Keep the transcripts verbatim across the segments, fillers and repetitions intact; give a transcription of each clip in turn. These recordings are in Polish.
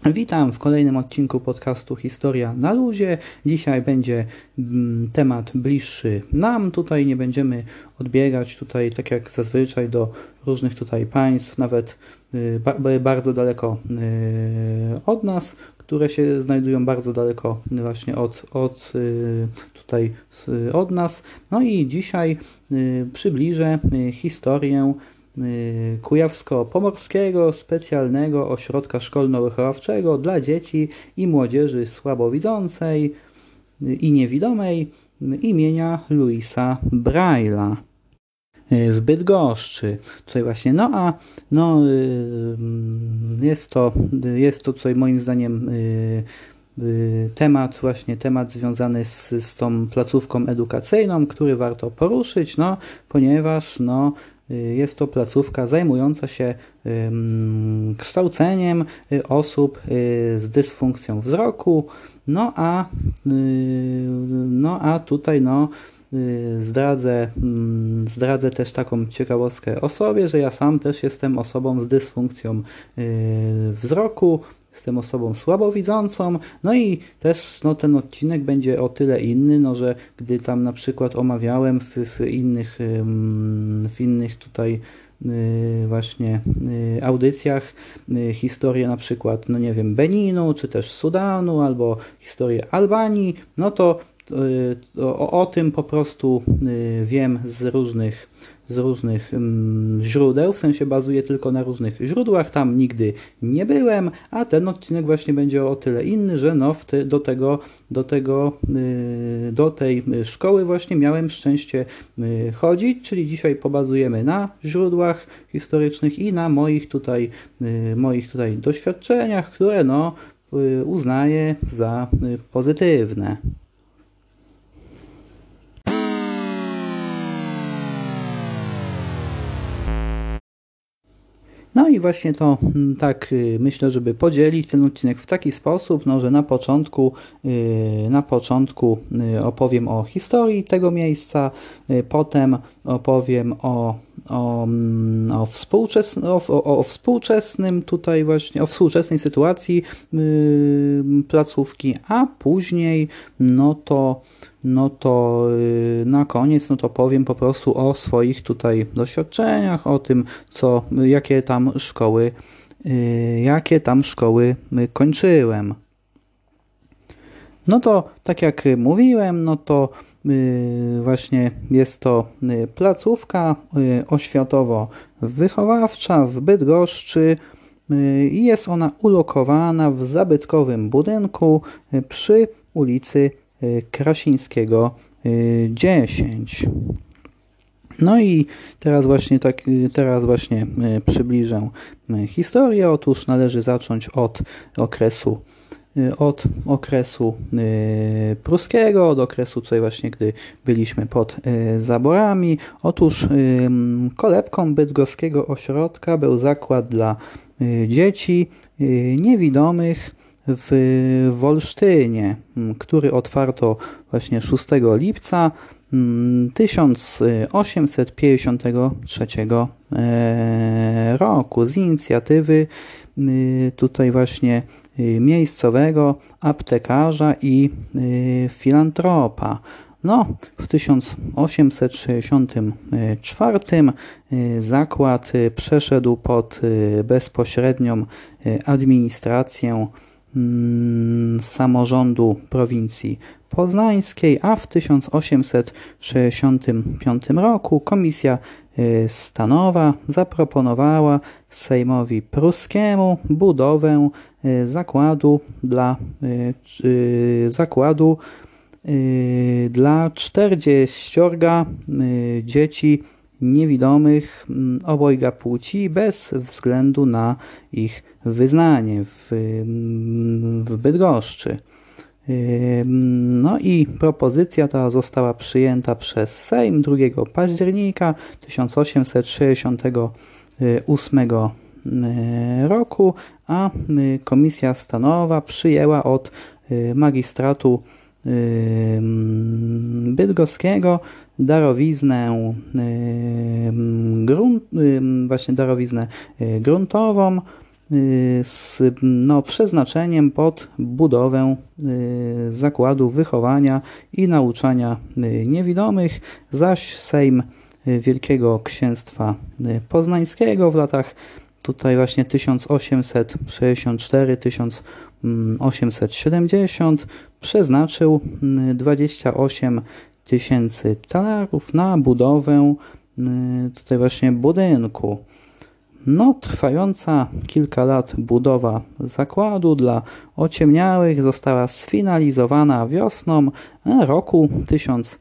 Witam w kolejnym odcinku podcastu Historia na luzie. Dzisiaj będzie mm, temat bliższy nam. Tutaj nie będziemy odbiegać tutaj tak jak zazwyczaj do różnych tutaj państw, nawet y, ba, bardzo daleko y, od nas, które się znajdują bardzo daleko właśnie od, od y, tutaj y, od nas. No i dzisiaj y, przybliżę y, historię Kujawsko-Pomorskiego Specjalnego Ośrodka Szkolno-Wychowawczego dla dzieci i młodzieży słabowidzącej i niewidomej imienia Louisa Braille'a w Bydgoszczy. Tutaj właśnie, no a no, jest to, jest to tutaj moim zdaniem temat, właśnie temat związany z, z tą placówką edukacyjną, który warto poruszyć, no, ponieważ no, jest to placówka zajmująca się kształceniem osób z dysfunkcją wzroku, no a, no a tutaj no, zdradzę, zdradzę też taką ciekawostkę o sobie, że ja sam też jestem osobą z dysfunkcją wzroku. Jestem osobą słabowidzącą, no i też no, ten odcinek będzie o tyle inny, no, że gdy tam na przykład omawiałem w, w innych, w innych tutaj właśnie audycjach historię na przykład, no nie wiem, Beninu, czy też Sudanu, albo historię Albanii, no to o, o tym po prostu wiem z różnych z różnych źródeł, w sensie bazuję tylko na różnych źródłach, tam nigdy nie byłem, a ten odcinek właśnie będzie o tyle inny, że no w te, do tego, do tego, do tej szkoły właśnie miałem szczęście chodzić, czyli dzisiaj pobazujemy na źródłach historycznych i na moich tutaj, moich tutaj doświadczeniach, które no uznaję za pozytywne. No i właśnie to tak myślę, żeby podzielić ten odcinek w taki sposób, no, że na początku, na początku opowiem o historii tego miejsca, potem opowiem o, o, o, współczesn, o, o, o współczesnym tutaj właśnie, o współczesnej sytuacji placówki, a później no to no to na koniec no to powiem po prostu o swoich tutaj doświadczeniach, o tym, co, jakie tam szkoły, jakie tam szkoły kończyłem. No to tak jak mówiłem, no to właśnie jest to placówka oświatowo-wychowawcza w Bydgoszczy i jest ona ulokowana w zabytkowym budynku przy ulicy Krasińskiego dziesięć. No i teraz właśnie tak, teraz właśnie przybliżę historię. Otóż należy zacząć od okresu od okresu pruskiego, od okresu tutaj właśnie, gdy byliśmy pod zaborami. Otóż kolebką bydgoskiego ośrodka był zakład dla dzieci niewidomych w Wolsztynie, który otwarto właśnie szóstego lipca tysiąc osiemset pięćdziesiątego trzeciego roku z inicjatywy tutaj właśnie miejscowego aptekarza i filantropa. No, w tysiąc osiemset sześćdziesiątym czwartym zakład przeszedł pod bezpośrednią administrację samorządu prowincji poznańskiej, a w tysiąc osiemset sześćdziesiątym piątym roku Komisja Stanowa zaproponowała Sejmowi pruskiemu budowę zakładu dla zakładu dla czterdzieściorga dzieci niewidomych obojga płci bez względu na ich wyznanie w, w Bydgoszczy. No i propozycja ta została przyjęta przez Sejm drugiego października tysiąc osiemset sześćdziesiątego ósmego roku, a Komisja Stanowa przyjęła od magistratu bydgoskiego darowiznę grunt, właśnie darowiznę gruntową z no, przeznaczeniem pod budowę zakładu wychowania i nauczania niewidomych, zaś Sejm Wielkiego Księstwa Poznańskiego w latach tutaj właśnie tysiąc osiemset sześćdziesiąt cztery do tysiąc osiemset siedemdziesiąt przeznaczył dwadzieścia osiem tysięcy talarów na budowę tutaj właśnie budynku. No, trwająca kilka lat budowa zakładu dla ociemniałych została sfinalizowana wiosną roku tysiąc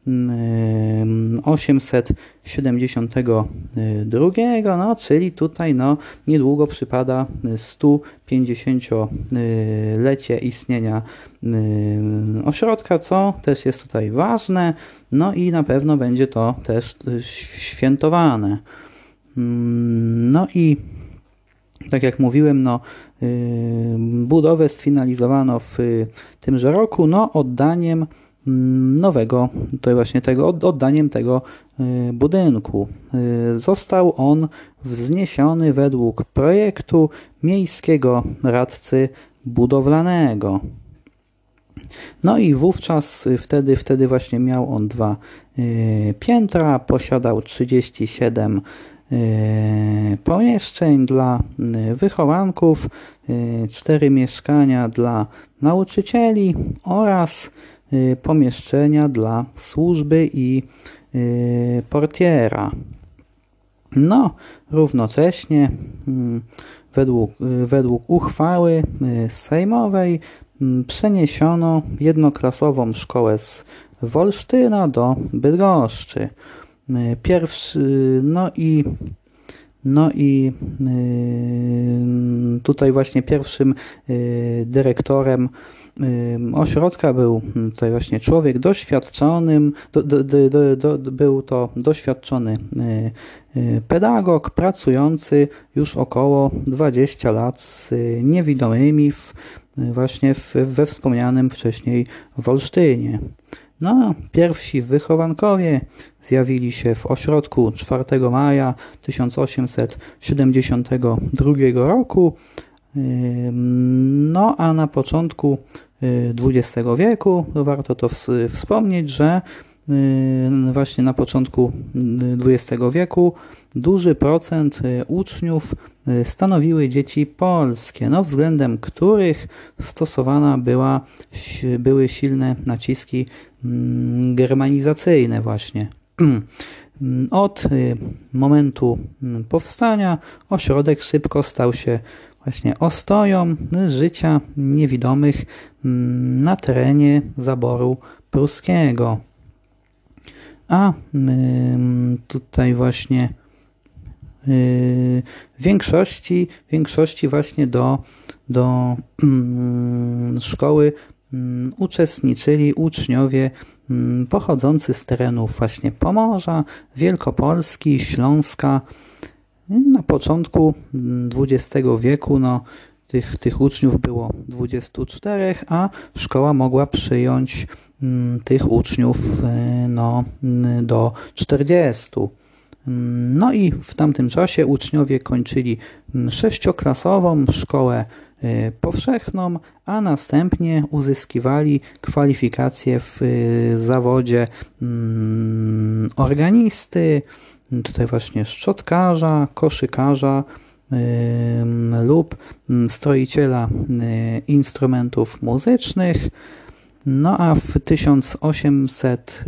osiemset siedemdziesiątego drugiego, no, czyli tutaj no, niedługo przypada sto pięćdziesięciolecie istnienia ośrodka, co też jest tutaj ważne, no i na pewno będzie to też świętowane. No i tak jak mówiłem, no, budowę sfinalizowano w tymże roku, no, oddaniem nowego, tutaj właśnie tego, oddaniem tego budynku. Został on wzniesiony według projektu miejskiego radcy budowlanego. No i wówczas wtedy, wtedy właśnie miał on dwa piętra, posiadał trzydzieści siedem pomieszczeń dla wychowanków, cztery mieszkania dla nauczycieli oraz pomieszczenia dla służby i portiera. No, równocześnie według, według uchwały sejmowej przeniesiono jednoklasową szkołę z Wolsztyna do Bydgoszczy. Pierwszy, no i no i tutaj właśnie pierwszym dyrektorem ośrodka był tutaj właśnie człowiek doświadczonym, do, do, do, do, był to doświadczony pedagog pracujący już około dwadzieścia lat z niewidomymi w, właśnie w, we wspomnianym wcześniej Wolsztynie. No, pierwsi wychowankowie zjawili się w ośrodku czwartego maja tysiąc osiemset siedemdziesiątego drugiego roku, no a na początku dwudziestego wieku, warto to wspomnieć, że właśnie na początku dwudziestego wieku duży procent uczniów stanowiły dzieci polskie, no względem których stosowana była, były silne naciski germanizacyjne właśnie. Od momentu powstania ośrodek szybko stał się właśnie ostoją życia niewidomych na terenie zaboru pruskiego. A tutaj właśnie w większości, w większości właśnie do, do szkoły uczestniczyli uczniowie pochodzący z terenów właśnie Pomorza, Wielkopolski, Śląska. Na początku dwudziestego wieku no, tych, tych uczniów było dwudziestu czterech, a szkoła mogła przyjąć tych uczniów no, do czterdziestu. No i w tamtym czasie uczniowie kończyli sześcioklasową szkołę powszechną, a następnie uzyskiwali kwalifikacje w zawodzie organisty, tutaj właśnie szczotkarza, koszykarza lub stroiciela instrumentów muzycznych. No a w tysiąc osiemset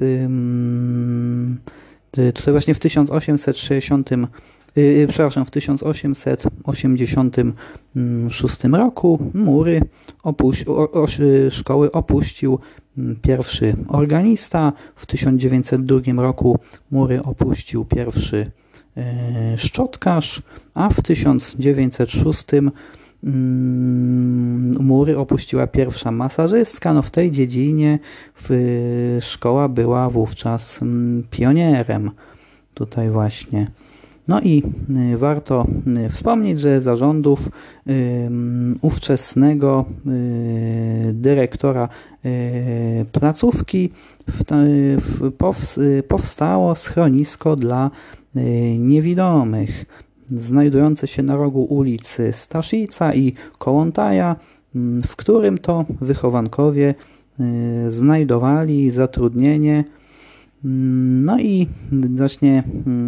tutaj właśnie w tysiąc osiemset sześćdziesiątym przepraszam, w tysiąc osiemset osiemdziesiątym szóstym roku mury opuś, o, o, szkoły opuścił pierwszy organista, w tysiąc dziewięćset drugim roku mury opuścił pierwszy e, szczotkarz, a w tysiąc dziewięćset szóstym mury opuściła pierwsza masażystka. No w tej dziedzinie w, szkoła była wówczas pionierem tutaj właśnie. No i warto wspomnieć, że za rządów ówczesnego dyrektora placówki powstało schronisko dla niewidomych. znajdujące się na rogu ulicy Staszica i Kołątaja, w którym to wychowankowie znajdowali zatrudnienie. No i właśnie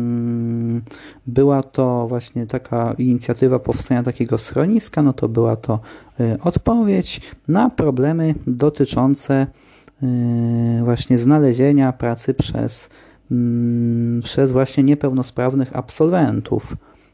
była to właśnie taka inicjatywa powstania takiego schroniska, no to była to odpowiedź na problemy dotyczące właśnie znalezienia pracy przez, przez właśnie niepełnosprawnych absolwentów.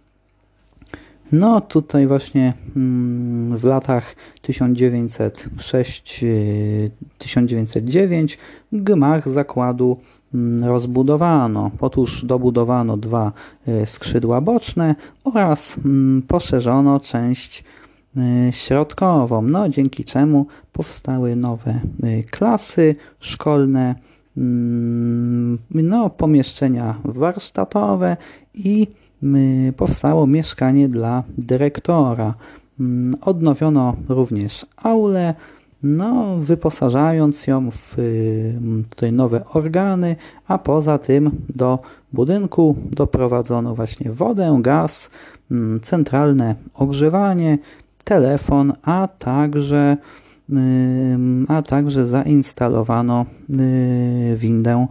No tutaj właśnie w latach tysiąc dziewięćset sześć do tysiąc dziewięćset dziewięć gmach zakładu rozbudowano. Otóż dobudowano dwa skrzydła boczne oraz poszerzono część środkową, no dzięki czemu powstały nowe klasy szkolne, no pomieszczenia warsztatowe i powstało mieszkanie dla dyrektora. Odnowiono również aulę, no wyposażając ją w tutaj nowe organy, a poza tym do budynku doprowadzono właśnie wodę, gaz, centralne ogrzewanie, telefon, a także a także zainstalowano windę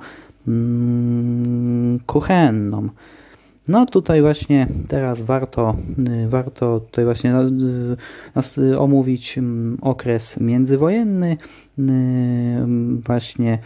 kuchenną. No tutaj właśnie teraz warto, warto tutaj właśnie omówić okres międzywojenny, właśnie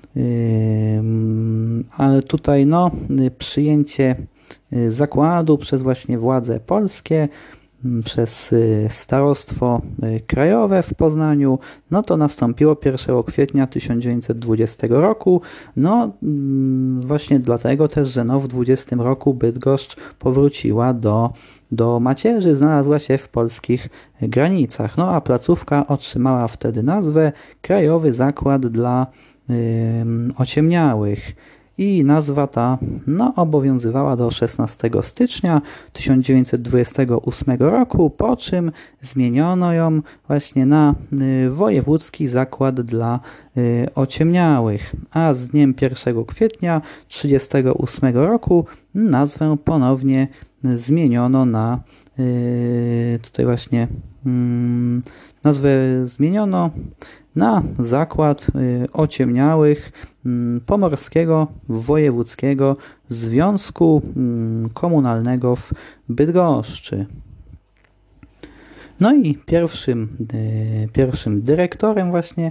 ale tutaj no przyjęcie zakładu przez właśnie władze polskie, przez Starostwo Krajowe w Poznaniu, no to nastąpiło pierwszego kwietnia tysiąc dziewięćset dwudziestego roku, no właśnie dlatego też, że no w dwudziestym roku Bydgoszcz powróciła do, do macierzy, znalazła się w polskich granicach, no a placówka otrzymała wtedy nazwę Krajowy Zakład dla y, Ociemniałych. I nazwa ta no, obowiązywała do szesnastego stycznia tysiąc dziewięćset dwudziestego ósmego roku, po czym zmieniono ją właśnie na y, Wojewódzki Zakład dla y, Ociemniałych, a z dniem pierwszego kwietnia tysiąc dziewięćset trzydziestego ósmego roku nazwę ponownie zmieniono na y, tutaj właśnie y, nazwę zmieniono na Zakład Ociemniałych Pomorskiego Wojewódzkiego Związku Komunalnego w Bydgoszczy. No i pierwszym, pierwszym dyrektorem właśnie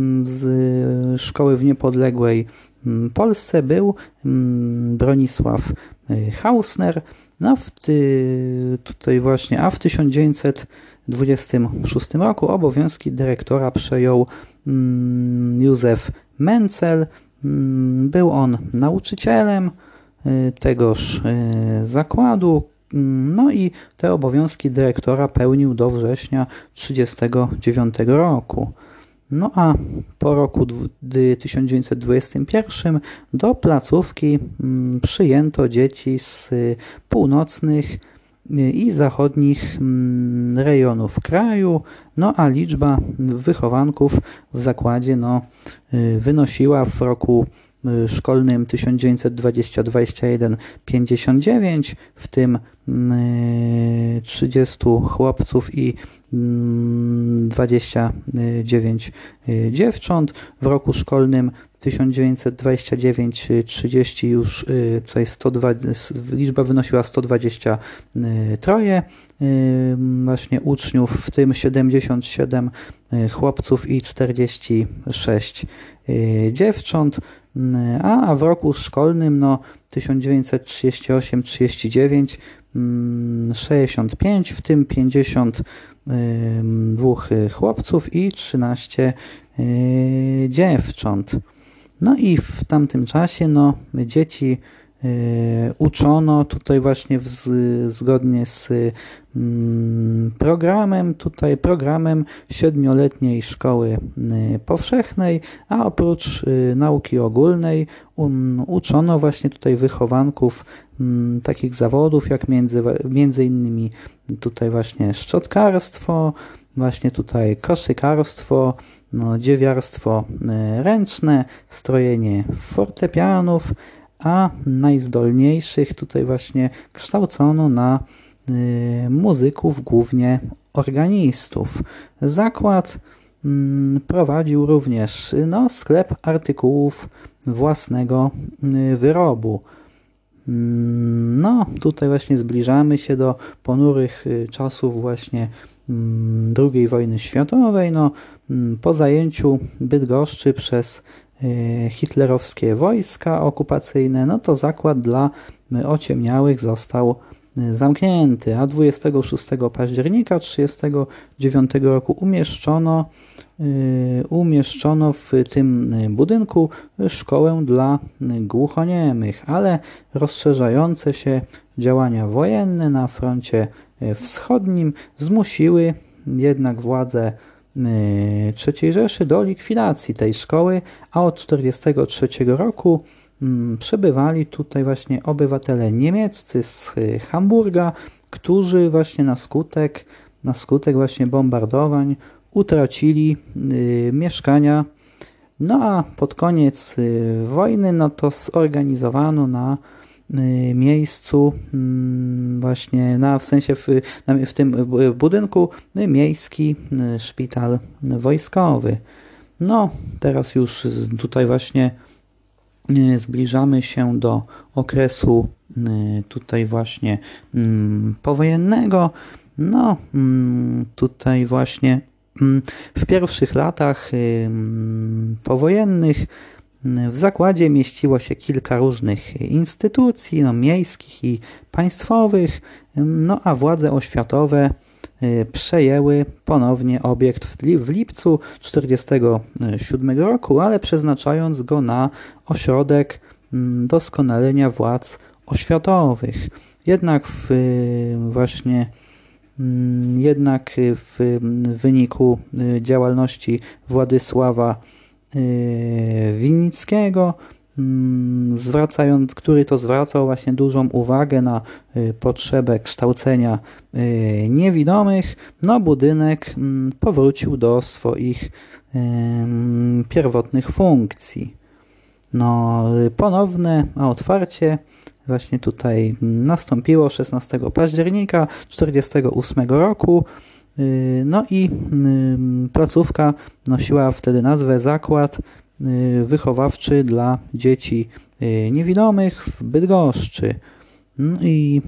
z szkoły w niepodległej Polsce był Bronisław Hausner. No w ty, tutaj właśnie, a w tysiąc dziewięćset dwudziestym szóstym roku obowiązki dyrektora przejął Józef Mencel. Był on nauczycielem tegoż zakładu, no i te obowiązki dyrektora pełnił do września tysiąc dziewięćset trzydziestego dziewiątego roku. No a po roku tysiąc dziewięćset dwudziestym pierwszym do placówki przyjęto dzieci z północnych i zachodnich rejonów kraju, no a liczba wychowanków w zakładzie no, wynosiła w roku szkolnym tysiąc dziewięćset dwudziesty dwudziesty pierwszy pięćdziesiąt dziewięć, w tym trzydziestu chłopców i dwadzieścia dziewięć dziewcząt. W roku szkolnym tysiąc dziewięćset dwudziesty dziewiąty trzydzieści już tutaj sto dwa, liczba wynosiła sto dwadzieścia trzy właśnie uczniów, w tym siedemdziesiąt siedem chłopców i czterdzieści sześć dziewcząt, a w roku szkolnym no, tysiąc dziewięćset trzydziesty ósmy trzydzieści dziewięć sześćdziesiąt pięć, w tym pięćdziesiąt dwóch chłopców i trzynaście dziewcząt. No i w tamtym czasie no, dzieci y, uczono tutaj właśnie w, zgodnie z y, programem, tutaj programem siedmioletniej szkoły y, powszechnej, a oprócz y, nauki ogólnej um, uczono właśnie tutaj wychowanków y, takich zawodów jak między, między innymi tutaj właśnie szczotkarstwo, właśnie tutaj koszykarstwo, no, dziewiarstwo ręczne, strojenie fortepianów, a najzdolniejszych tutaj właśnie kształcono na muzyków, głównie organistów. Zakład prowadził również no, sklep artykułów własnego wyrobu. No, tutaj właśnie zbliżamy się do ponurych czasów właśnie drugiej wojny światowej. No, po zajęciu Bydgoszczy przez hitlerowskie wojska okupacyjne, no to zakład dla ociemniałych został zamknięty, a dwudziestego szóstego października tysiąc dziewięćset trzydziestego dziewiątego roku umieszczono, umieszczono w tym budynku szkołę dla głuchoniemych, ale rozszerzające się działania wojenne na froncie wschodnim zmusiły jednak władze trzeciej Rzeszy do likwidacji tej szkoły, a od tysiąc dziewięćset czterdziestego trzeciego roku przebywali tutaj właśnie obywatele niemieccy z Hamburga, którzy właśnie na skutek, na skutek właśnie bombardowań utracili y, mieszkania. No a pod koniec y, wojny no to zorganizowano na y, miejscu y, właśnie na, w sensie w, na, w tym budynku y, miejski y, szpital wojskowy. No teraz już tutaj właśnie zbliżamy się do okresu tutaj właśnie powojennego. No tutaj właśnie w pierwszych latach powojennych w zakładzie mieściło się kilka różnych instytucji, no, miejskich i państwowych, no a władze oświatowe przejęły ponownie obiekt w lipcu tysiąc dziewięćset czterdziestego siódmego roku, ale przeznaczając go na ośrodek doskonalenia władz oświatowych. Jednak w właśnie jednak w wyniku działalności Władysława Winnickiego, zwracając, który to zwracał właśnie dużą uwagę na potrzebę kształcenia niewidomych, no budynek powrócił do swoich pierwotnych funkcji. No, ponowne otwarcie właśnie tutaj nastąpiło szesnastego października tysiąc dziewięćset czterdziestego ósmego roku. No i placówka nosiła wtedy nazwę Zakład Wychowawczy dla Dzieci Niewidomych w Bydgoszczy. I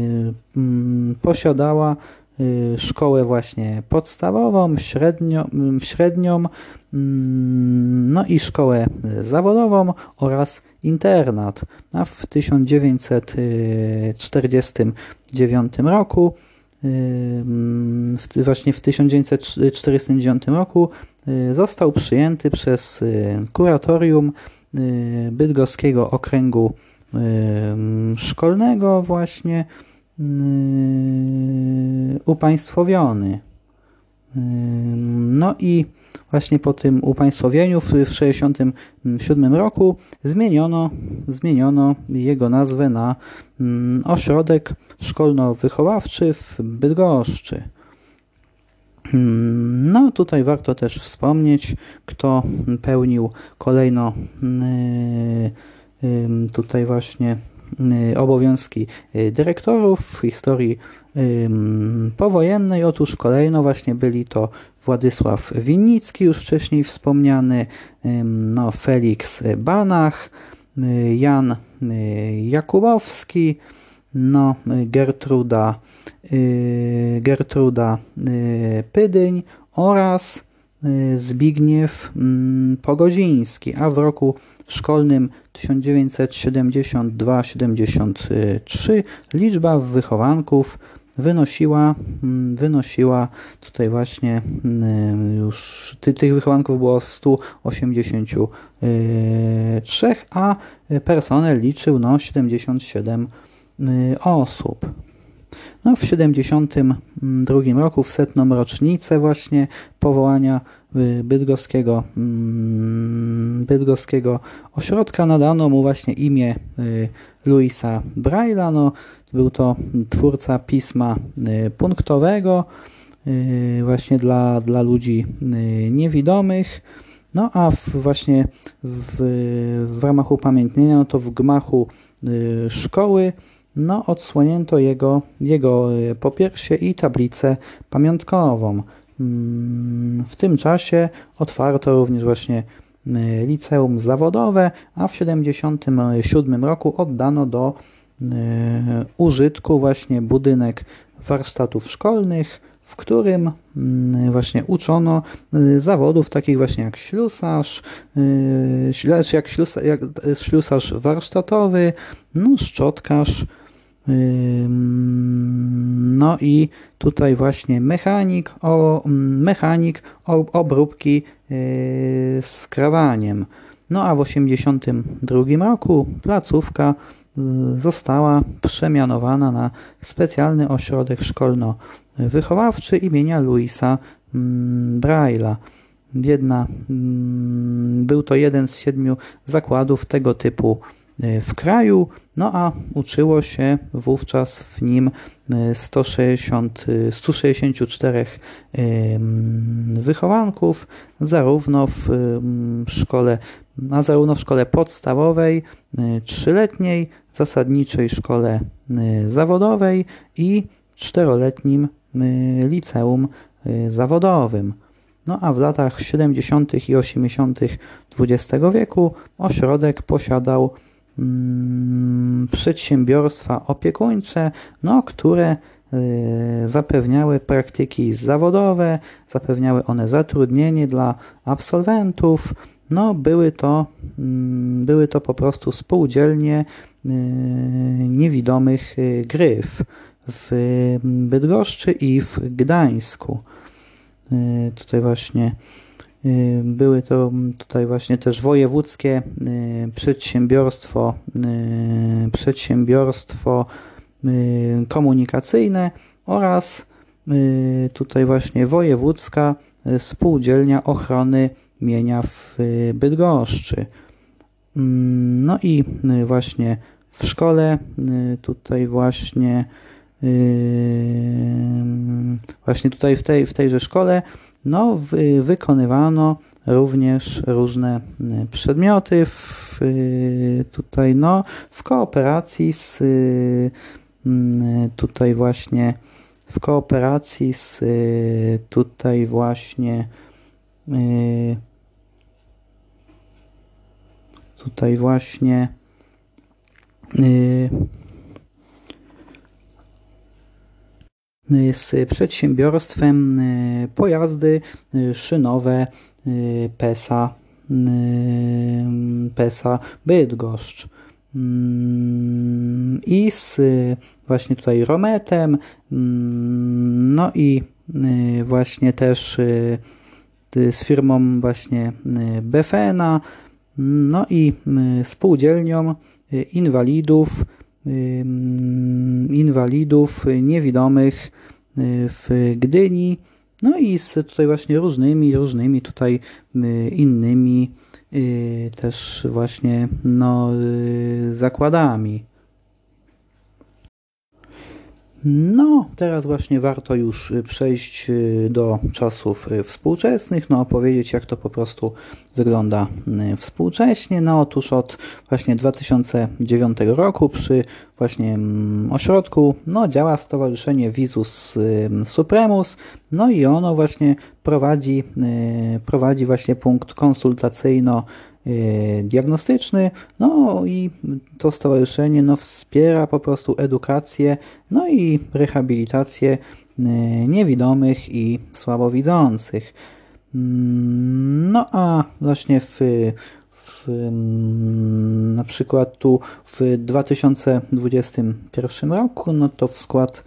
posiadała szkołę właśnie podstawową, średnio, średnią, no i szkołę zawodową oraz internat. A w tysiąc dziewięćset czterdziestym dziewiątym roku, właśnie w tysiąc dziewięćset czterdziestym dziewiątym roku został przyjęty przez kuratorium Bydgoskiego Okręgu Szkolnego właśnie upaństwowiony. No i właśnie po tym upaństwowieniu w tysiąc dziewięćset sześćdziesiątym siódmym roku zmieniono, zmieniono jego nazwę na Ośrodek Szkolno-Wychowawczy w Bydgoszczy. No tutaj warto też wspomnieć, kto pełnił kolejno tutaj właśnie obowiązki dyrektorów w historii powojennej. Otóż kolejno właśnie byli to Władysław Winnicki, już wcześniej wspomniany, no, Feliks Banach, Jan Jakubowski, no, Gertruda, Gertruda Pydyń oraz Zbigniew Pogodziński, a w roku szkolnym tysiąc dziewięćset siedemdziesiąt dwa siedemdziesiąt trzy liczba wychowanków wynosiła, wynosiła tutaj właśnie już ty, tych wychowanków było sto osiemdziesiąt trzy, a personel liczył no siedemdziesiąt siedem osób. No, w siedemdziesiątym drugim roku, w setną rocznicę właśnie powołania bydgoskiego, bydgoskiego ośrodka, nadano mu właśnie imię Louisa Braille'a. No, był to twórca pisma punktowego właśnie dla, dla ludzi niewidomych. No a w, właśnie w, w ramach upamiętnienia, no to w gmachu szkoły no odsłonięto jego, jego popiersie i tablicę pamiątkową. W tym czasie otwarto również właśnie liceum zawodowe, a w tysiąc dziewięćset siedemdziesiątym siódmym roku oddano do użytku właśnie budynek warsztatów szkolnych, w którym właśnie uczono zawodów takich właśnie jak ślusarz, jak ślusarz, jak ślusarz warsztatowy, no, szczotkarz, no i tutaj właśnie mechanik, o, mechanik obróbki z krawaniem. No a w tysiąc dziewięćset osiemdziesiątym drugim roku placówka została przemianowana na specjalny ośrodek szkolno-wychowawczy imienia Louisa Braille'a. Jedna, był to jeden z siedmiu zakładów tego typu w kraju, no a uczyło się wówczas w nim sto sześćdziesiąt, sto sześćdziesiąt cztery wychowanków, zarówno w szkole, a zarówno w szkole podstawowej, trzyletniej, zasadniczej szkole zawodowej i czteroletnim liceum zawodowym. No a w latach siedemdziesiątych i osiemdziesiątych dwudziestego wieku ośrodek posiadał mm, przedsiębiorstwa opiekuńcze, no, które y, zapewniały praktyki zawodowe, zapewniały one zatrudnienie dla absolwentów. No, były to, mm, były to po prostu spółdzielnie y, niewidomych Gryf w Bydgoszczy i w Gdańsku. Tutaj właśnie były to tutaj właśnie też wojewódzkie przedsiębiorstwo, przedsiębiorstwo komunikacyjne oraz tutaj właśnie wojewódzka spółdzielnia ochrony mienia w Bydgoszczy. No i właśnie w szkole tutaj właśnie Właśnie tutaj w, tej, w tejże szkole no, wy, wykonywano również różne przedmioty w, tutaj no, w kooperacji z tutaj właśnie w kooperacji z tutaj właśnie tutaj właśnie z przedsiębiorstwem pojazdy szynowe PESA, PESA Bydgoszcz i z właśnie tutaj Rometem, no i właśnie też z firmą właśnie Befena, no i spółdzielnią inwalidów, inwalidów niewidomych w Gdyni, no i z tutaj właśnie różnymi, różnymi tutaj innymi też właśnie no, zakładami. No, teraz właśnie warto już przejść do czasów współczesnych, no opowiedzieć, jak to po prostu wygląda współcześnie. No otóż od właśnie dwa tysiące dziewiątego roku przy właśnie ośrodku no, działa Stowarzyszenie Visus Supremus, no i ono właśnie prowadzi, prowadzi właśnie punkt konsultacyjno diagnostyczny, no i to stowarzyszenie no, wspiera po prostu edukację, no i rehabilitację niewidomych i słabowidzących. No a właśnie w, w na przykład tu w dwa tysiące dwudziestym pierwszym roku, no to w skład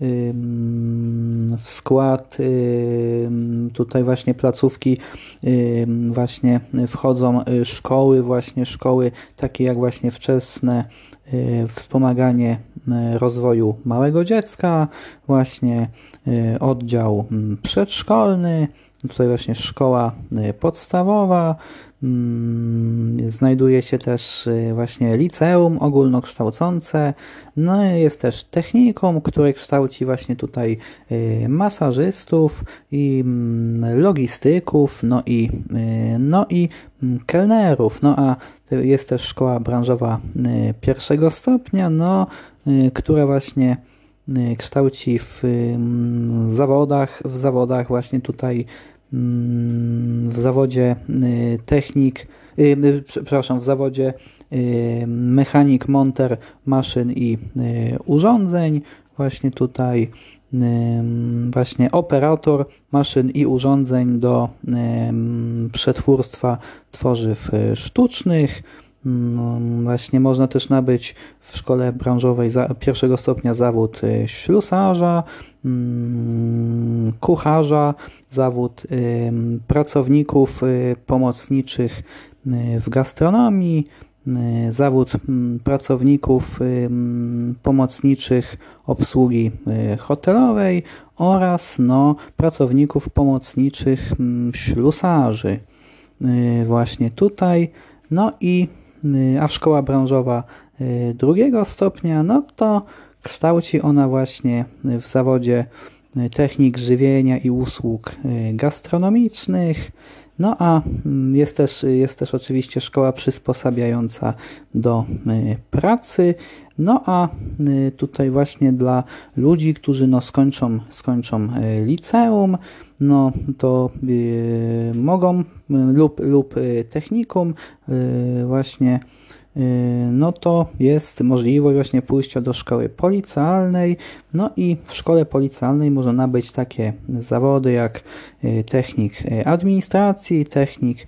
w skład tutaj właśnie placówki właśnie wchodzą szkoły, właśnie szkoły takie jak właśnie wczesne wspomaganie rozwoju małego dziecka, właśnie oddział przedszkolny, tutaj właśnie szkoła podstawowa, znajduje się też właśnie liceum ogólnokształcące No i jest też technikum, które kształci właśnie tutaj masażystów i logistyków, no i, no i kelnerów. No a jest też szkoła branżowa pierwszego stopnia, no, która właśnie kształci w zawodach, w zawodach właśnie tutaj w zawodzie technik, przepraszam, w zawodzie mechanik, monter maszyn i urządzeń, właśnie tutaj właśnie operator maszyn i urządzeń do przetwórstwa tworzyw sztucznych. Właśnie można też nabyć w szkole branżowej pierwszego stopnia zawód ślusarza, kucharza, zawód pracowników pomocniczych w gastronomii, zawód pracowników pomocniczych obsługi hotelowej oraz no, pracowników pomocniczych ślusarzy. Właśnie tutaj. No i a szkoła branżowa drugiego stopnia, no to kształci ona właśnie w zawodzie technik żywienia i usług gastronomicznych. No a jest też, jest też oczywiście szkoła przysposabiająca do pracy. No a tutaj właśnie dla ludzi, którzy no skończą, skończą liceum, no to y, mogą lub, lub technikum y, właśnie no to jest możliwość właśnie pójścia do szkoły policealnej, no i w szkole policealnej można nabyć takie zawody jak technik administracji, technik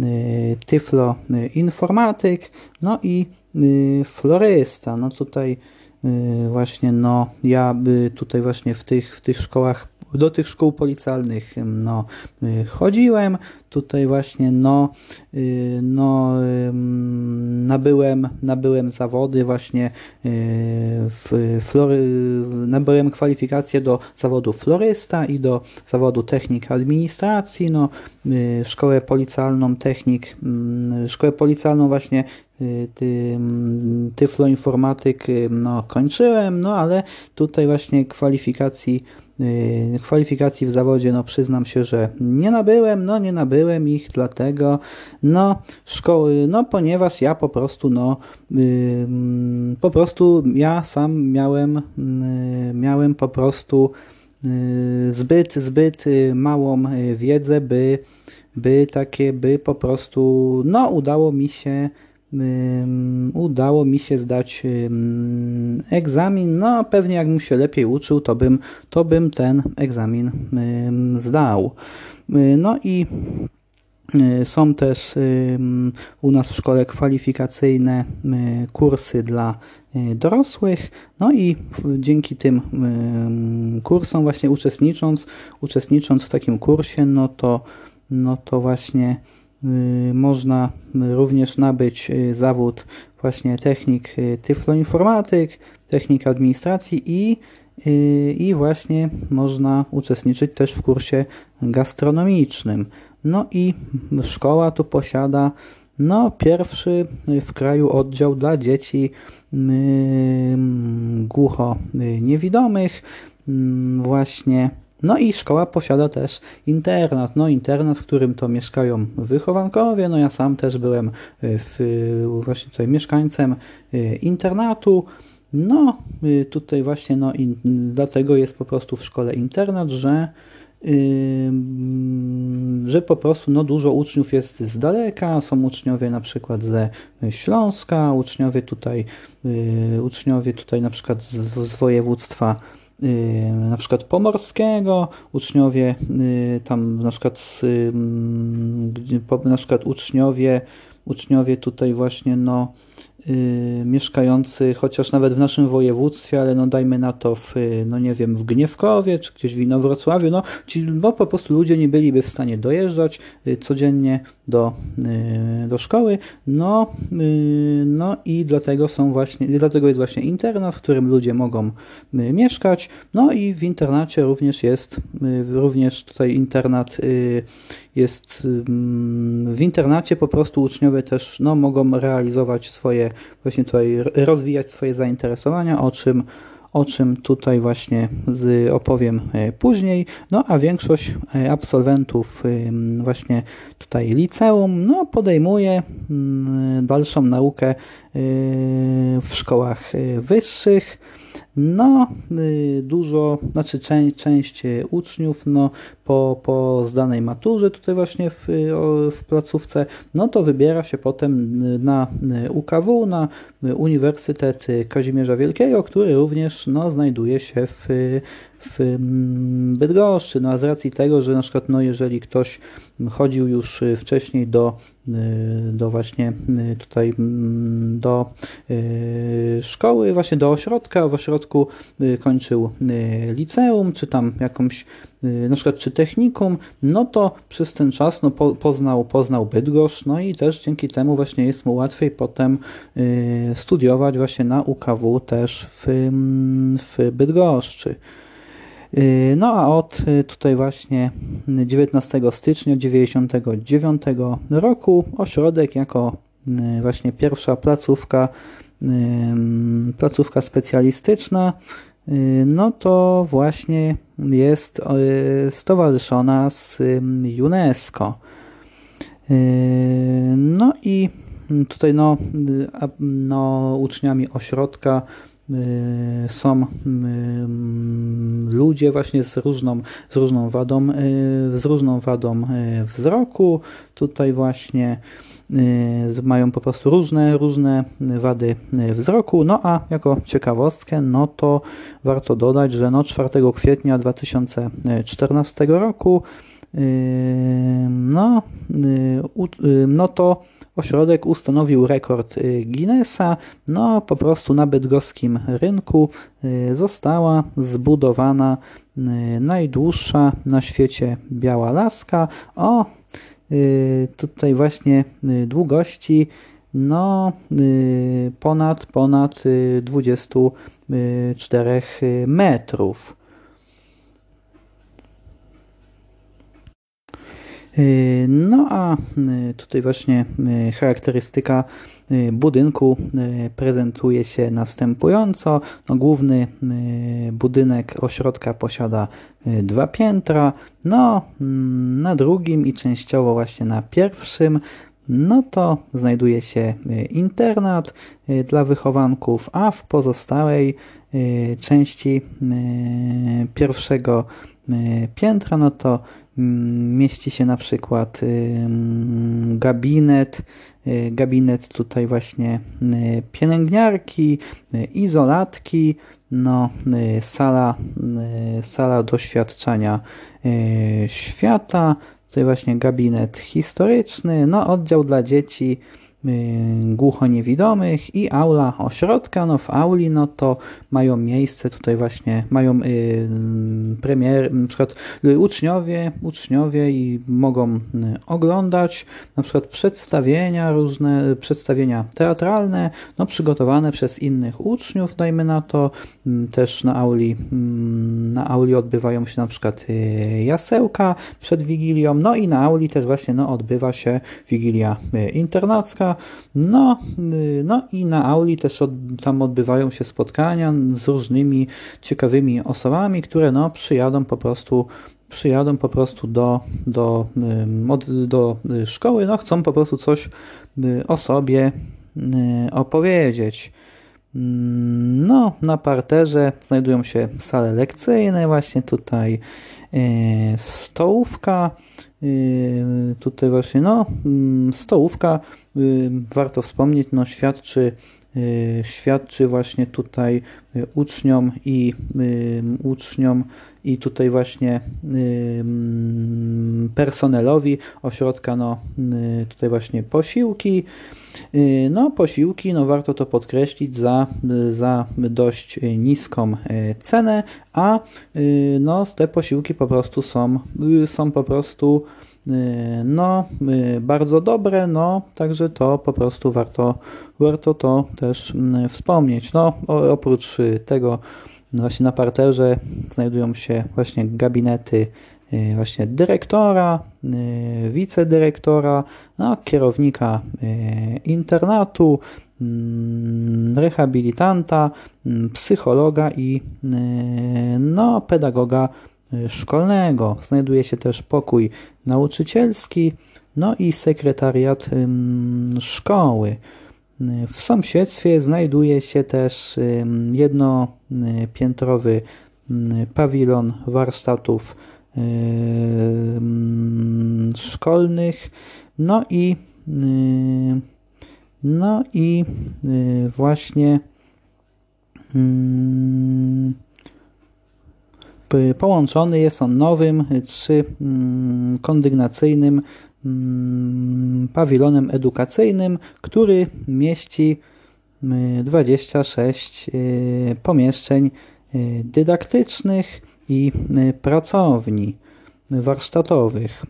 tyfloinformatyk, no i florysta. No tutaj właśnie no ja tutaj właśnie w tych, w tych szkołach, do tych szkół policealnych no, chodziłem, tutaj właśnie no, no nabyłem, nabyłem zawody właśnie w flory, nabyłem kwalifikacje do zawodu florysta i do zawodu technik administracji, no szkołę policealną technik, szkołę policealną właśnie ty, tyfloinformatyk no, kończyłem, no ale tutaj właśnie kwalifikacji kwalifikacji w zawodzie, no przyznam się, że nie nabyłem, no nie nabyłem ich dlatego, no szkoły, no ponieważ ja po prostu, no yy, po prostu ja sam miałem, yy, miałem po prostu yy, zbyt, zbyt małą wiedzę, by, by takie, by po prostu, no udało mi się udało mi się zdać egzamin, no pewnie jakbym się lepiej uczył, to bym, to bym ten egzamin zdał. No i są też u nas w szkole kwalifikacyjne kursy dla dorosłych, no i dzięki tym kursom właśnie uczestnicząc, uczestnicząc w takim kursie, no to, no to właśnie można również nabyć zawód właśnie technik tyfloinformatyk, technik administracji i, i właśnie można uczestniczyć też w kursie gastronomicznym. No i szkoła tu posiada no, pierwszy w kraju oddział dla dzieci głucho niewidomych właśnie. No i szkoła posiada też internat, no internat, w którym to mieszkają wychowankowie, no ja sam też byłem w, właśnie tutaj mieszkańcem internatu, no tutaj właśnie, no i dlatego jest po prostu w szkole internat, że że po prostu no, dużo uczniów jest z daleka, są uczniowie na przykład ze Śląska, uczniowie tutaj, uczniowie tutaj na przykład z, z województwa na przykład pomorskiego, uczniowie tam na przykład z, na przykład uczniowie uczniowie tutaj właśnie no Yy, mieszkający chociaż nawet w naszym województwie, ale no dajmy na to w, no nie wiem, w Gniewkowie, czy gdzieś w Inowrocławiu, no, ci, bo po prostu ludzie nie byliby w stanie dojeżdżać yy, codziennie do, yy, do szkoły, no, yy, no i dlatego są właśnie, dlatego jest właśnie internat, w którym ludzie mogą yy, mieszkać, no i w internacie również jest, yy, również tutaj internat yy, jest, yy, w internacie po prostu uczniowie też no, mogą realizować swoje właśnie tutaj rozwijać swoje zainteresowania, o czym o czym tutaj właśnie z, opowiem później. No a większość absolwentów właśnie tutaj liceum no, podejmuje dalszą naukę w szkołach wyższych. No, dużo, znaczy część, część uczniów no, po, po zdanej maturze tutaj właśnie w, w placówce, no to wybiera się potem na U K W, na Uniwersytet Kazimierza Wielkiego, który również no, znajduje się w, w Bydgoszczy. No a z racji tego, że na przykład no, jeżeli ktoś chodził już wcześniej do, do właśnie tutaj do szkoły, właśnie do ośrodka, w ośrodku kończył liceum, czy tam jakąś na przykład czy technikum, no to przez ten czas no, po, poznał, poznał Bydgoszcz, no i też dzięki temu właśnie jest mu łatwiej potem y, studiować właśnie na U K W też w, w Bydgoszczy. No a od tutaj właśnie dziewiętnastego stycznia tysiąc dziewięćset dziewięćdziesiątego dziewiątego roku ośrodek jako właśnie pierwsza placówka, placówka specjalistyczna, no to właśnie jest stowarzyszona z UNESCO. No i tutaj no, no uczniami ośrodka są ludzie właśnie z różną, z różną wadą, z różną wadą wzroku. Tutaj właśnie mają po prostu różne, różne wady wzroku. No a jako ciekawostkę, no to warto dodać, że no czwartego kwietnia dwa tysiące czternastego roku no, no to ośrodek ustanowił rekord Guinnessa. No po prostu na bydgoskim rynku została zbudowana najdłuższa na świecie biała laska o tutaj właśnie długości no ponad ponad dwadzieścia cztery metrów. No a tutaj właśnie charakterystyka budynku prezentuje się następująco. No, główny budynek ośrodka posiada dwa piętra, no na drugim i częściowo właśnie na pierwszym no to znajduje się internat dla wychowanków, a w pozostałej części pierwszego piętra no to mieści się na przykład gabinet, gabinet tutaj właśnie pielęgniarki, izolatki, no, sala, sala doświadczania świata, tutaj właśnie gabinet historyczny, no oddział dla dzieci głuchoniewidomych i aula ośrodka. No w auli no to mają miejsce tutaj właśnie, mają y, premier, na przykład uczniowie, uczniowie i mogą oglądać na przykład przedstawienia, różne przedstawienia teatralne, no przygotowane przez innych uczniów, dajmy na to, też na auli, na auli odbywają się na przykład jasełka przed Wigilią, no i na auli też właśnie no odbywa się Wigilia internacka. No, no i na auli też od, tam odbywają się spotkania z różnymi ciekawymi osobami, które no przyjadą po prostu przyjadą po prostu do, do, do szkoły, no chcą po prostu coś o sobie opowiedzieć. No, na parterze znajdują się sale lekcyjne, właśnie tutaj stołówka. Tutaj właśnie no, stołówka, warto wspomnieć, no, świadczy, świadczy właśnie tutaj uczniom i uczniom i tutaj właśnie personelowi ośrodka no, tutaj właśnie posiłki. No posiłki, no warto to podkreślić, za, za dość niską cenę, a no te posiłki po prostu są, są po prostu no bardzo dobre, no także to po prostu warto, warto to też wspomnieć. No oprócz tego właśnie na parterze znajdują się właśnie gabinety właśnie dyrektora, wicedyrektora, no, kierownika internatu, rehabilitanta, psychologa i no, pedagoga szkolnego. Znajduje się też pokój nauczycielski, no i sekretariat szkoły. W sąsiedztwie znajduje się też jednopiętrowy pawilon warsztatów szkolnych, no i no i właśnie połączony jest on nowym trzykondygnacyjnym pawilonem edukacyjnym, który mieści dwadzieścia sześć pomieszczeń dydaktycznych i pracowni warsztatowych.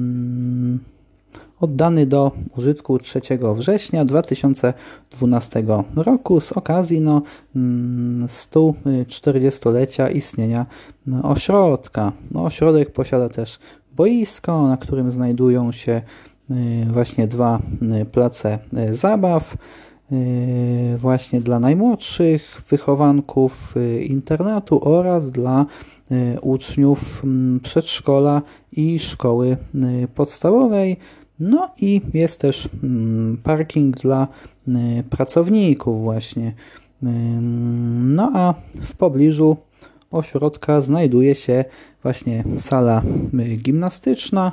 Oddany do użytku trzeciego września dwa tysiące dwunastego roku z okazji no, stu czterdziestolecia istnienia ośrodka. No, ośrodek posiada też boisko, na którym znajdują się właśnie dwa place zabaw, właśnie dla najmłodszych wychowanków internatu oraz dla uczniów przedszkola i szkoły podstawowej. No i jest też parking dla pracowników właśnie. No a w pobliżu ośrodka znajduje się właśnie sala gimnastyczna.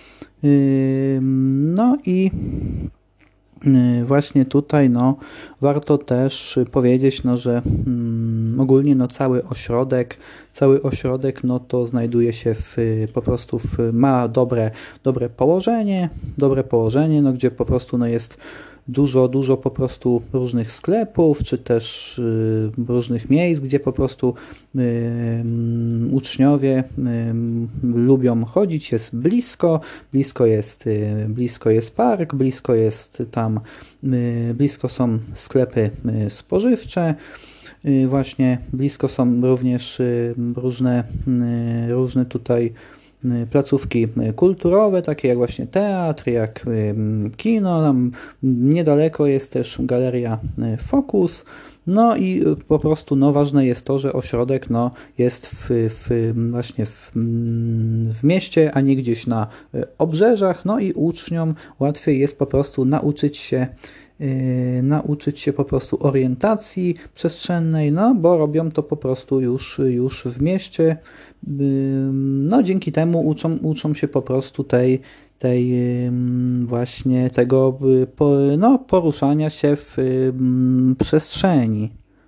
No i właśnie tutaj no, warto też powiedzieć, no, że mm, ogólnie no, cały ośrodek, cały ośrodek no, to znajduje się w, po prostu w, ma dobre, dobre położenie, dobre położenie, no, gdzie po prostu no, jest dużo, dużo po prostu różnych sklepów, czy też y, różnych miejsc, gdzie po prostu y, y, uczniowie y, lubią chodzić, jest blisko, blisko jest, y, blisko jest park, blisko jest tam, y, blisko są sklepy y, spożywcze, y, właśnie blisko są również y, różne, y, różne tutaj placówki kulturowe, takie jak właśnie teatr, jak kino, tam niedaleko jest też galeria Focus, no i po prostu no, ważne jest to, że ośrodek no, jest w, w, właśnie w, w mieście, a nie gdzieś na obrzeżach, no i uczniom łatwiej jest po prostu nauczyć się Yy, nauczyć się po prostu orientacji przestrzennej, no bo robią to po prostu już, już w mieście. Yy, no dzięki temu uczą, uczą się po prostu tej, tej yy, właśnie tego yy, po, no, poruszania się w yy, przestrzeni.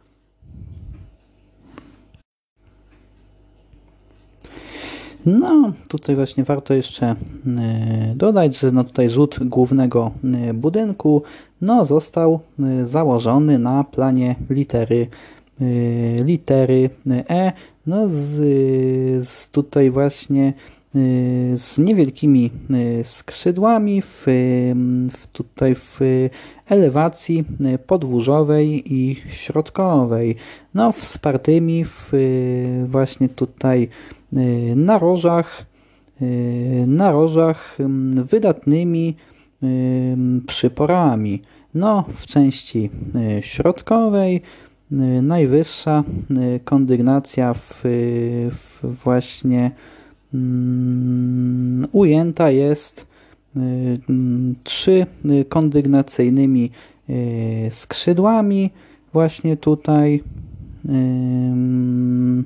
No, tutaj właśnie warto jeszcze dodać, że no tutaj rzut głównego budynku no, został założony na planie litery, litery E, no z, z tutaj właśnie z niewielkimi skrzydłami w, w tutaj w elewacji podwórzowej i środkowej, no wspartymi w właśnie tutaj narożach, narożach wydatnymi przyporami. No, w części środkowej najwyższa kondygnacja w, w właśnie um, ujęta jest um, trzy kondygnacyjnymi skrzydłami właśnie tutaj. Um,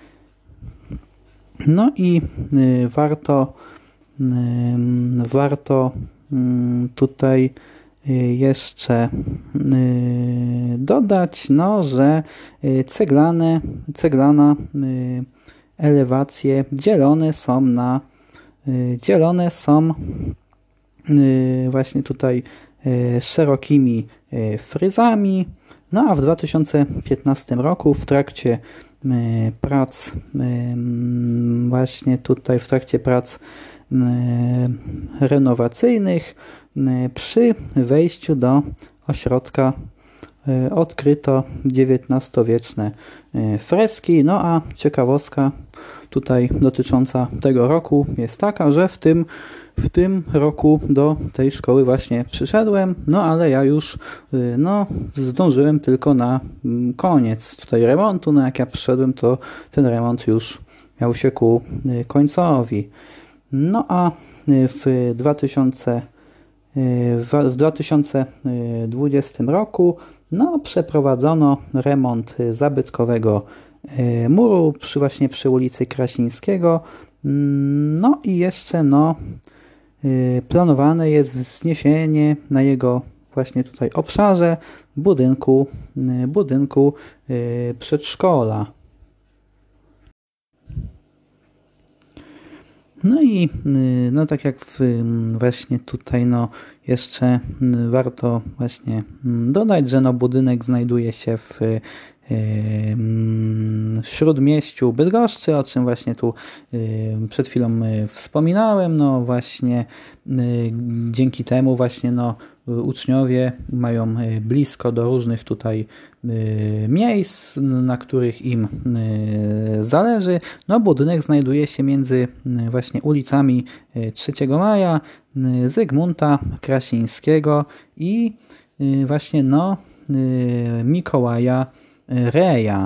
No i y, warto, y, warto y, tutaj y, jeszcze y, dodać, no, że y, ceglane, ceglana y, elewacje dzielone są na y, dzielone są y, właśnie tutaj y, szerokimi y, fryzami. No a w dwa tysiące piętnastym roku w trakcie prac właśnie tutaj w trakcie prac renowacyjnych przy wejściu do ośrodka odkryto dziewiętnastowieczne freski. No a ciekawostka tutaj dotycząca tego roku jest taka, że w tym, w tym roku do tej szkoły właśnie przyszedłem, no ale ja już no, zdążyłem tylko na koniec tutaj remontu. No jak ja przyszedłem, to ten remont już miał się ku końcowi. No a w dwa tysiące W dwa tysiące dwudziestym roku no, przeprowadzono remont zabytkowego muru przy właśnie przy ulicy Krasińskiego. No i jeszcze no, planowane jest wzniesienie na jego właśnie tutaj obszarze budynku, budynku przedszkola. No i no tak jak w, właśnie tutaj no jeszcze warto właśnie dodać, że no budynek znajduje się w śródmieściu Bydgoszczy, o czym właśnie tu przed chwilą wspominałem. No właśnie dzięki temu właśnie no uczniowie mają blisko do różnych tutaj miejsc, na których im zależy. No budynek znajduje się między właśnie ulicami trzeciego maja, Zygmunta Krasińskiego i właśnie no Mikołaja Reja.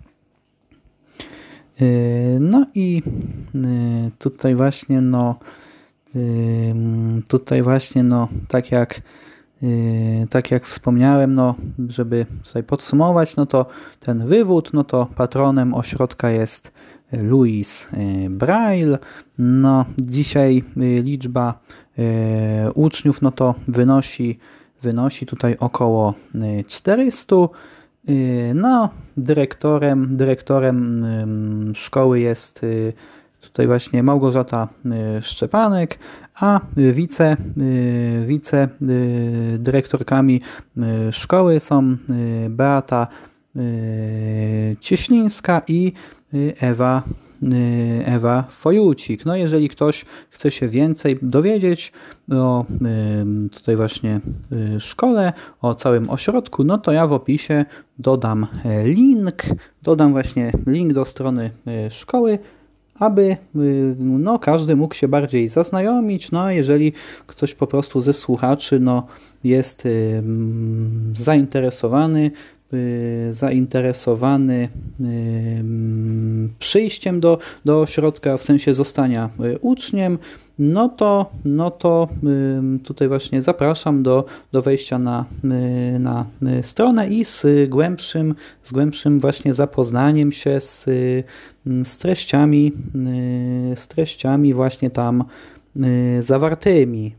No i tutaj właśnie no tutaj właśnie no tak jak tak jak wspomniałem, no żeby tutaj podsumować, no to ten wywód, no to patronem ośrodka jest Louis Braille. No dzisiaj liczba uczniów no to wynosi wynosi tutaj około czterysta. No, dyrektorem, dyrektorem szkoły jest tutaj właśnie Małgorzata Szczepanek, a wice, wice dyrektorkami szkoły są Beata Cieślińska i Ewa Ewa Fojucik. No jeżeli ktoś chce się więcej dowiedzieć o tutaj właśnie szkole, o całym ośrodku, no to ja w opisie dodam link, dodam właśnie link do strony szkoły, aby no, każdy mógł się bardziej zaznajomić. No jeżeli ktoś po prostu ze słuchaczy no, jest zainteresowany zainteresowany przyjściem do, do ośrodka, w sensie zostania uczniem, no to, no to tutaj właśnie zapraszam do, do wejścia na, na stronę i z głębszym, z głębszym właśnie zapoznaniem się z, z treściami, z treściami właśnie tam zawartymi.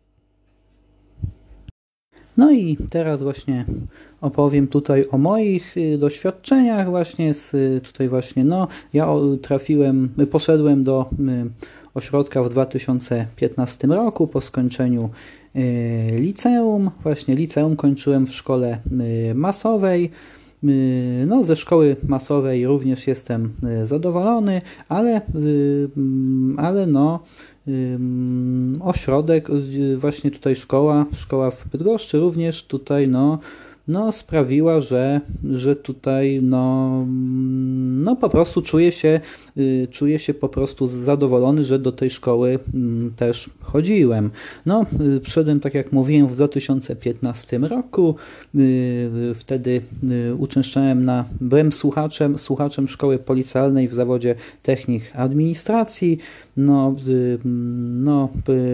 No i teraz właśnie opowiem tutaj o moich doświadczeniach właśnie z tutaj właśnie, no ja trafiłem, poszedłem do ośrodka w dwa tysiące piętnastym roku po skończeniu liceum. Właśnie liceum kończyłem w szkole masowej. No ze szkoły masowej również jestem zadowolony, ale, ale no ośrodek, właśnie tutaj szkoła, szkoła w Bydgoszczy również tutaj no, no sprawiła, że, że tutaj no, no po prostu czuję się, czuję się po prostu zadowolony, że do tej szkoły też chodziłem. No przyszedłem, tak jak mówiłem, w dwa tysiące piętnastym roku, wtedy uczęszczałem na, byłem słuchaczem, słuchaczem szkoły policjalnej w zawodzie technik administracji. No, no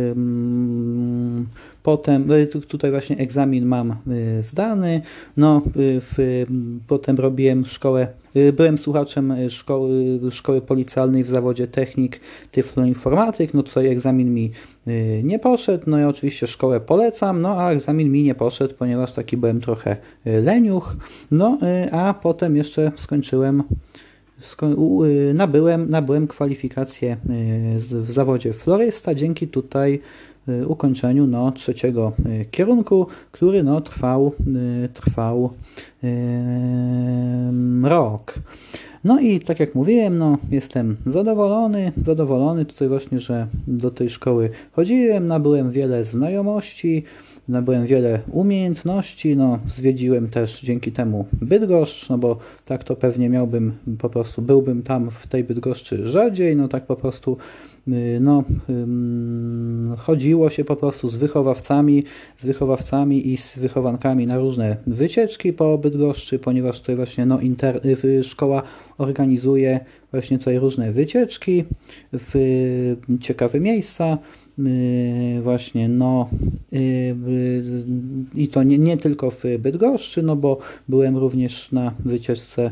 potem tutaj właśnie egzamin mam zdany, no w, potem robiłem szkołę, byłem słuchaczem szkoły, szkoły policjalnej w zawodzie technik tyfloinformatyk, no tutaj egzamin mi nie poszedł, no i oczywiście szkołę polecam, no a egzamin mi nie poszedł, ponieważ taki byłem trochę leniuch, no a potem jeszcze skończyłem Nabyłem, nabyłem kwalifikację w zawodzie florysta dzięki tutaj ukończeniu no, trzeciego kierunku, który no, trwał, trwał rok. No i tak jak mówiłem, no, jestem zadowolony, zadowolony tutaj właśnie, że do tej szkoły chodziłem, nabyłem wiele znajomości, nabyłem wiele umiejętności, no zwiedziłem też dzięki temu Bydgoszcz, no bo tak to pewnie miałbym, po prostu byłbym tam w tej Bydgoszczy rzadziej, no tak po prostu no, chodziło się po prostu z wychowawcami, z wychowawcami i z wychowankami na różne wycieczki po Bydgoszczy, ponieważ tutaj właśnie no, inter, szkoła organizuje właśnie tutaj różne wycieczki w ciekawe miejsca, właśnie no i to nie, nie tylko w Bydgoszczy, no bo byłem również na wycieczce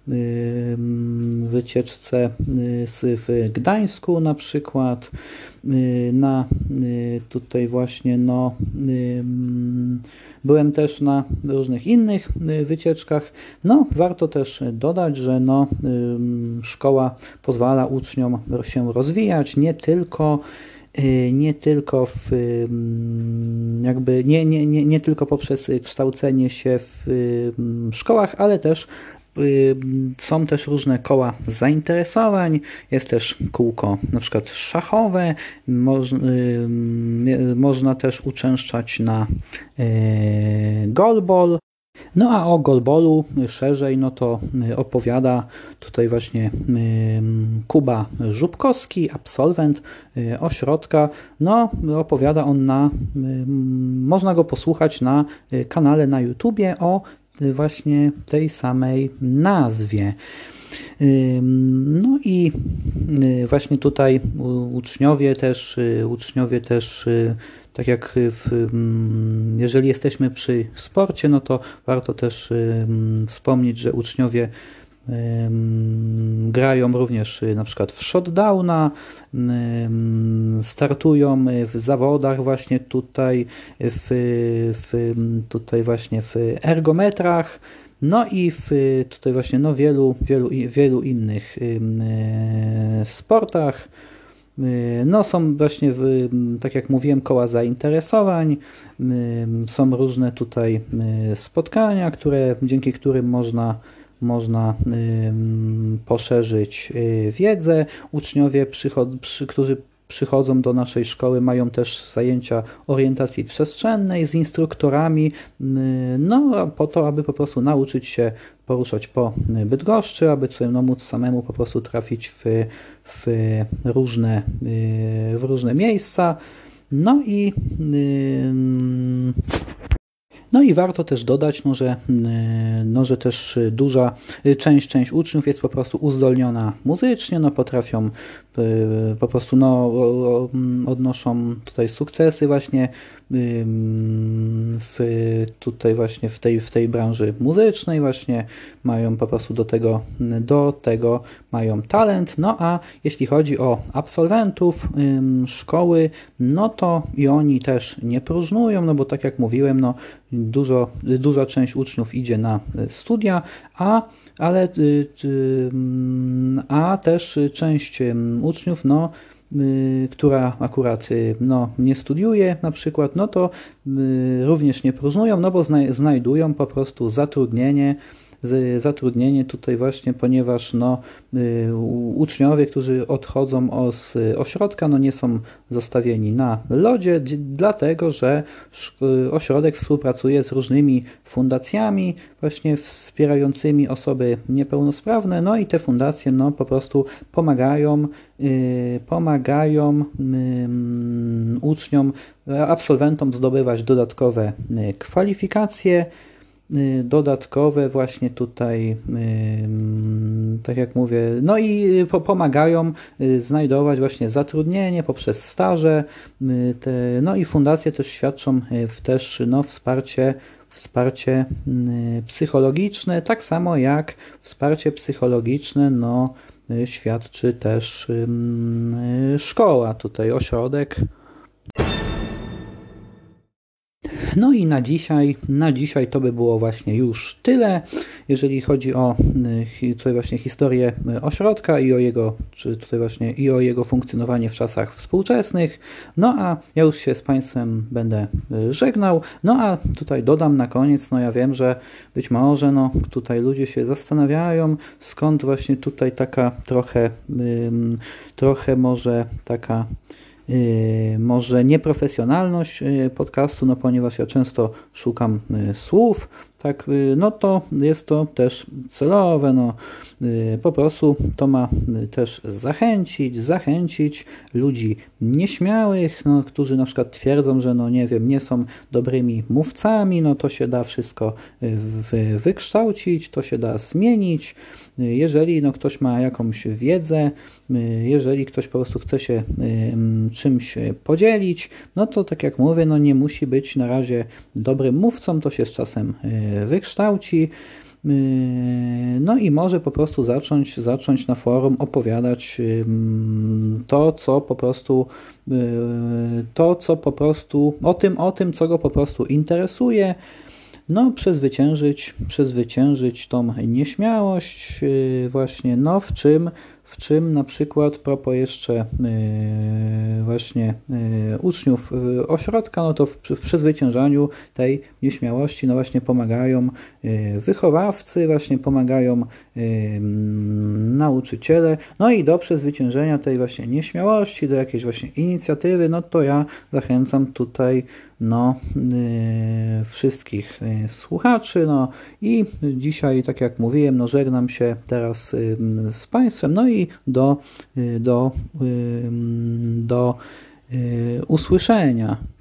wycieczce w Gdańsku na przykład, na tutaj właśnie no byłem też na różnych innych wycieczkach. No warto też dodać, że no szkoła pozwala uczniom się rozwijać nie tylko nie tylko w, jakby nie, nie, nie, nie tylko poprzez kształcenie się w szkołach, ale też są też różne koła zainteresowań, jest też kółko na przykład szachowe, moż, można też uczęszczać na goalball. No a o goalballu szerzej no to opowiada tutaj właśnie Kuba Żubkowski, absolwent ośrodka. No opowiada on na, można go posłuchać na kanale na YouTubie o właśnie tej samej nazwie. No i właśnie tutaj uczniowie też, uczniowie też tak jak w, jeżeli jesteśmy przy sporcie, no to warto też wspomnieć, że uczniowie grają również na przykład w shotdowna, startują w zawodach właśnie tutaj w, w tutaj właśnie w ergometrach, no i w tutaj właśnie no wielu, wielu, wielu innych sportach. No są właśnie, w, tak jak mówiłem, koła zainteresowań, są różne tutaj spotkania, które, dzięki którym można można poszerzyć wiedzę. Uczniowie, przychod- przy, którzy przychodzą do naszej szkoły, mają też zajęcia orientacji przestrzennej z instruktorami, no po to, aby po prostu nauczyć się poruszać po Bydgoszczy, aby tutaj no, móc samemu po prostu trafić w, w, różne, w różne miejsca. No i No i warto też dodać, no, że, no, że też duża część, część uczniów jest po prostu uzdolniona muzycznie, no, potrafią po prostu no, odnoszą tutaj sukcesy właśnie w, tutaj właśnie w tej, w tej branży muzycznej, właśnie mają po prostu do tego, do tego mają talent. No a jeśli chodzi o absolwentów szkoły, no to i oni też nie próżnują, no bo tak jak mówiłem, no dużo, duża część uczniów idzie na studia, a ale a też część uczniów, no, która akurat no, nie studiuje na przykład, no to również nie próżnują, no bo znajdują po prostu zatrudnienie, zatrudnienie tutaj właśnie, ponieważ no, uczniowie, którzy odchodzą z ośrodka, no nie są zostawieni na lodzie, dlatego że ośrodek współpracuje z różnymi fundacjami właśnie wspierającymi osoby niepełnosprawne, no i te fundacje no, po prostu pomagają, pomagają uczniom, absolwentom zdobywać dodatkowe kwalifikacje, dodatkowe właśnie tutaj, tak jak mówię, no i pomagają znajdować właśnie zatrudnienie poprzez staże, te, no i fundacje też świadczą też no, wsparcie, wsparcie psychologiczne, tak samo jak wsparcie psychologiczne no, świadczy też szkoła, tutaj ośrodek. No i na dzisiaj, na dzisiaj to by było właśnie już tyle, jeżeli chodzi o tutaj właśnie historię ośrodka i o jego, czy tutaj właśnie i o jego funkcjonowanie w czasach współczesnych. No a ja już się z Państwem będę żegnał. No a tutaj dodam na koniec, no ja wiem, że być może no tutaj ludzie się zastanawiają, skąd właśnie tutaj taka trochę, trochę może taka może nieprofesjonalność podcastu, no ponieważ ja często szukam słów, tak, no to jest to też celowe, no po prostu to ma też zachęcić, zachęcić ludzi nieśmiałych, no, którzy na przykład twierdzą, że no nie wiem, nie są dobrymi mówcami, no to się da wszystko wy, wykształcić, to się da zmienić, jeżeli no ktoś ma jakąś wiedzę, jeżeli ktoś po prostu chce się czymś podzielić, no to tak jak mówię, no nie musi być na razie dobrym mówcą, to się z czasem wykształci, no i może po prostu zacząć, zacząć na forum opowiadać to, co po prostu to, co po prostu o tym, o tym, co go po prostu interesuje, no przezwyciężyć, przezwyciężyć tą nieśmiałość właśnie, no w czym w czym na przykład propos jeszcze właśnie uczniów ośrodka, no to w, w przezwyciężaniu tej nieśmiałości no właśnie pomagają wychowawcy, właśnie pomagają nauczyciele, no i do przezwyciężenia tej właśnie nieśmiałości, do jakiejś właśnie inicjatywy, no to ja zachęcam tutaj no wszystkich słuchaczy, no i dzisiaj, tak jak mówiłem, no żegnam się teraz z Państwem, no i do, do, do usłyszenia.